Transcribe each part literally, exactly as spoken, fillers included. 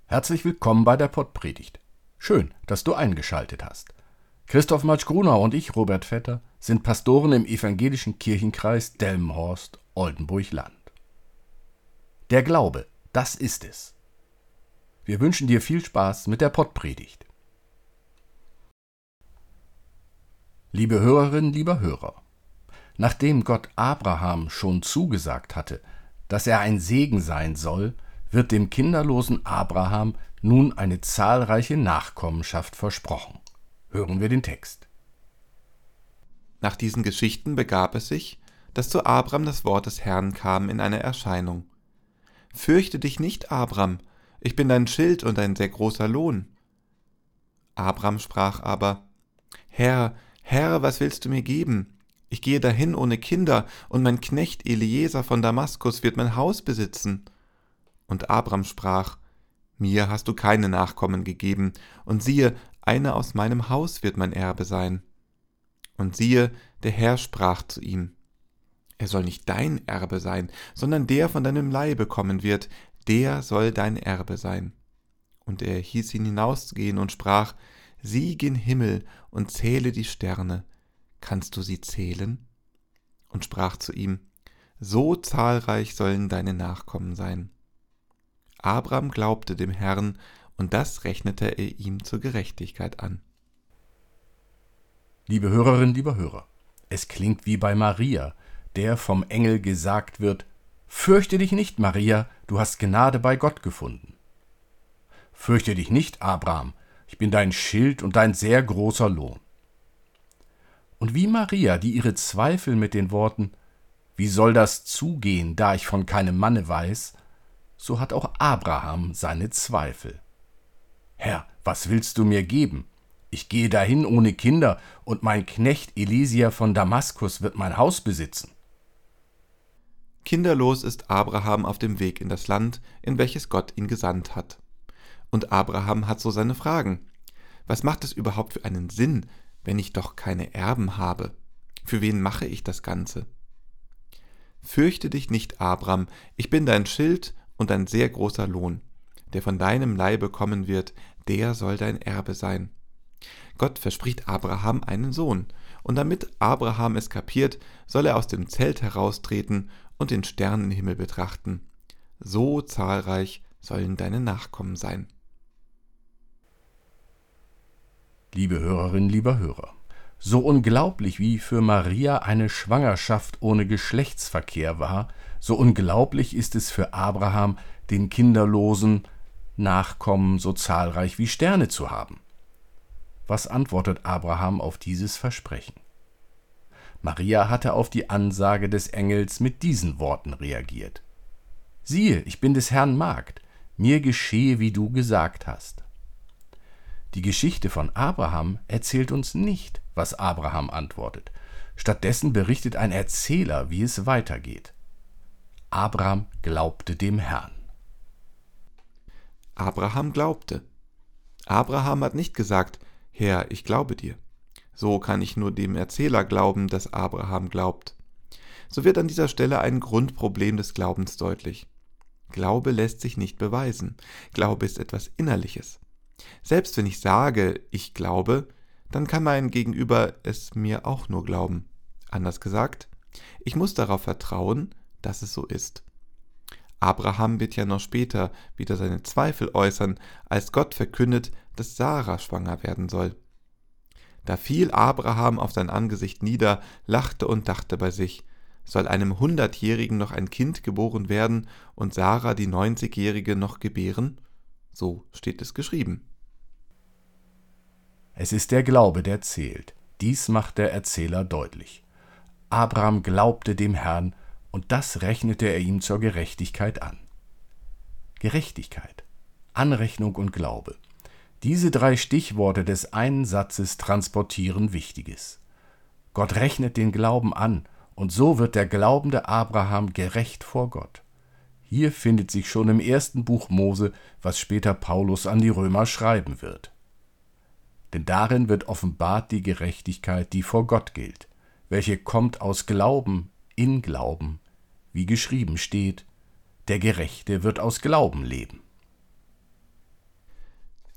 Herzlich willkommen bei der Pottpredigt. Schön, dass du eingeschaltet hast. Christoph Matsch-Grunau und ich, Robert Vetter, sind Pastoren im evangelischen Kirchenkreis Delmenhorst-Oldenburg-Land. Der Glaube, das ist es. Wir wünschen dir viel Spaß mit der Pottpredigt. Liebe Hörerinnen, lieber Hörer, nachdem Gott Abraham schon zugesagt hatte, dass er ein Segen sein soll, wird dem kinderlosen Abraham nun eine zahlreiche Nachkommenschaft versprochen. Hören wir den Text. Nach diesen Geschichten begab es sich, dass zu Abram das Wort des Herrn kam in einer Erscheinung. Fürchte dich nicht, Abram, ich bin dein Schild und ein sehr großer Lohn. Abram sprach aber: Herr, Herr, was willst du mir geben? Ich gehe dahin ohne Kinder, und mein Knecht Eliezer von Damaskus wird mein Haus besitzen. Und Abram sprach: Mir hast du keine Nachkommen gegeben, und siehe, einer aus meinem Haus wird mein Erbe sein. Und siehe, der Herr sprach zu ihm: Er soll nicht dein Erbe sein, sondern der von deinem Leibe kommen wird, der soll dein Erbe sein. Und er hieß ihn hinausgehen und sprach: Sieh gen Himmel und zähle die Sterne. Kannst du sie zählen? Und sprach zu ihm: So zahlreich sollen deine Nachkommen sein. Abram glaubte dem Herrn, und das rechnete er ihm zur Gerechtigkeit an. Liebe Hörerinnen, lieber Hörer, es klingt wie bei Maria, der vom Engel gesagt wird: Fürchte dich nicht, Maria, du hast Gnade bei Gott gefunden. Fürchte dich nicht, Abraham, ich bin dein Schild und dein sehr großer Lohn. Und wie Maria, die ihre Zweifel mit den Worten: Wie soll das zugehen, da ich von keinem Manne weiß, so hat auch Abraham seine Zweifel. Herr, was willst du mir geben? Ich gehe dahin ohne Kinder, und mein Knecht Eliezer von Damaskus wird mein Haus besitzen. Kinderlos ist Abraham auf dem Weg in das Land, in welches Gott ihn gesandt hat. Und Abraham hat so seine Fragen. Was macht es überhaupt für einen Sinn, wenn ich doch keine Erben habe? Für wen mache ich das Ganze? Fürchte dich nicht, Abram, ich bin dein Schild und ein sehr großer Lohn. Der von deinem Leibe kommen wird, der soll dein Erbe sein. Gott verspricht Abraham einen Sohn, und damit Abraham es kapiert, soll er aus dem Zelt heraustreten und den Sternenhimmel betrachten. So zahlreich sollen deine Nachkommen sein. Liebe Hörerinnen, lieber Hörer, so unglaublich wie für Maria eine Schwangerschaft ohne Geschlechtsverkehr war, so unglaublich ist es für Abraham, den kinderlosen Nachkommen so zahlreich wie Sterne zu haben. Was antwortet Abraham auf dieses Versprechen? Maria hatte auf die Ansage des Engels mit diesen Worten reagiert: Siehe, ich bin des Herrn Magd, mir geschehe, wie du gesagt hast. Die Geschichte von Abraham erzählt uns nicht, was Abraham antwortet. Stattdessen berichtet ein Erzähler, wie es weitergeht. Abraham glaubte dem Herrn. Abraham glaubte. Abraham hat nicht gesagt: Herr, ich glaube dir. So kann ich nur dem Erzähler glauben, dass Abraham glaubt. So wird an dieser Stelle ein Grundproblem des Glaubens deutlich. Glaube lässt sich nicht beweisen. Glaube ist etwas Innerliches. Selbst wenn ich sage, ich glaube, dann kann mein Gegenüber es mir auch nur glauben. Anders gesagt, ich muss darauf vertrauen, dass es so ist. Abraham wird ja noch später wieder seine Zweifel äußern, als Gott verkündet, dass Sarah schwanger werden soll. Da fiel Abraham auf sein Angesicht nieder, lachte und dachte bei sich: Soll einem Hundertjährigen noch ein Kind geboren werden und Sarah, die Neunzigjährige, noch gebären? So steht es geschrieben. Es ist der Glaube, der zählt. Dies macht der Erzähler deutlich. Abraham glaubte dem Herrn, und das rechnete er ihm zur Gerechtigkeit an. Gerechtigkeit, Anrechnung und Glaube. Diese drei Stichworte des einen Satzes transportieren Wichtiges. Gott rechnet den Glauben an, und so wird der glaubende Abraham gerecht vor Gott. Hier findet sich schon im ersten Buch Mose, was später Paulus an die Römer schreiben wird. Denn darin wird offenbart die Gerechtigkeit, die vor Gott gilt, welche kommt aus Glauben in Glauben, wie geschrieben steht: Der Gerechte wird aus Glauben leben.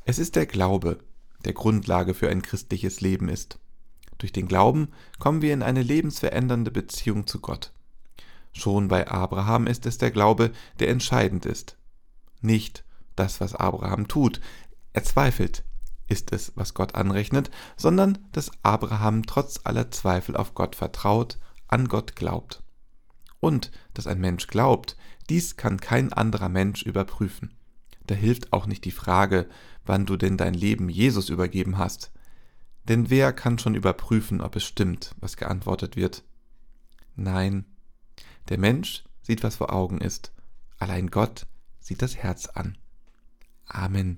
Es ist der Glaube, der Grundlage für ein christliches Leben ist. Durch den Glauben kommen wir in eine lebensverändernde Beziehung zu Gott. Schon bei Abraham ist es der Glaube, der entscheidend ist. Nicht das, was Abraham tut. Er zweifelt, ist es, was Gott anrechnet, sondern dass Abraham trotz aller Zweifel auf Gott vertraut, an Gott glaubt. Und dass ein Mensch glaubt, dies kann kein anderer Mensch überprüfen. Da hilft auch nicht die Frage, wann du denn dein Leben Jesus übergeben hast. Denn wer kann schon überprüfen, ob es stimmt, was geantwortet wird? Nein, der Mensch sieht, was vor Augen ist. Allein Gott sieht das Herz an. Amen.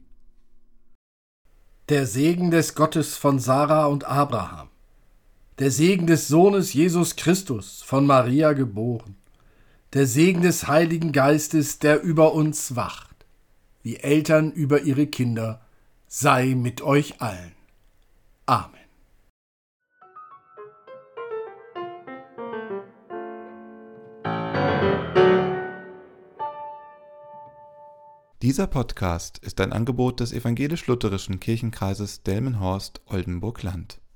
Der Segen des Gottes von Sarah und Abraham, der Segen des Sohnes Jesus Christus, von Maria geboren, der Segen des Heiligen Geistes, der über uns wacht, wie Eltern über ihre Kinder, sei mit euch allen. Amen. Dieser Podcast ist ein Angebot des evangelisch-lutherischen Kirchenkreises Delmenhorst-Oldenburg-Land.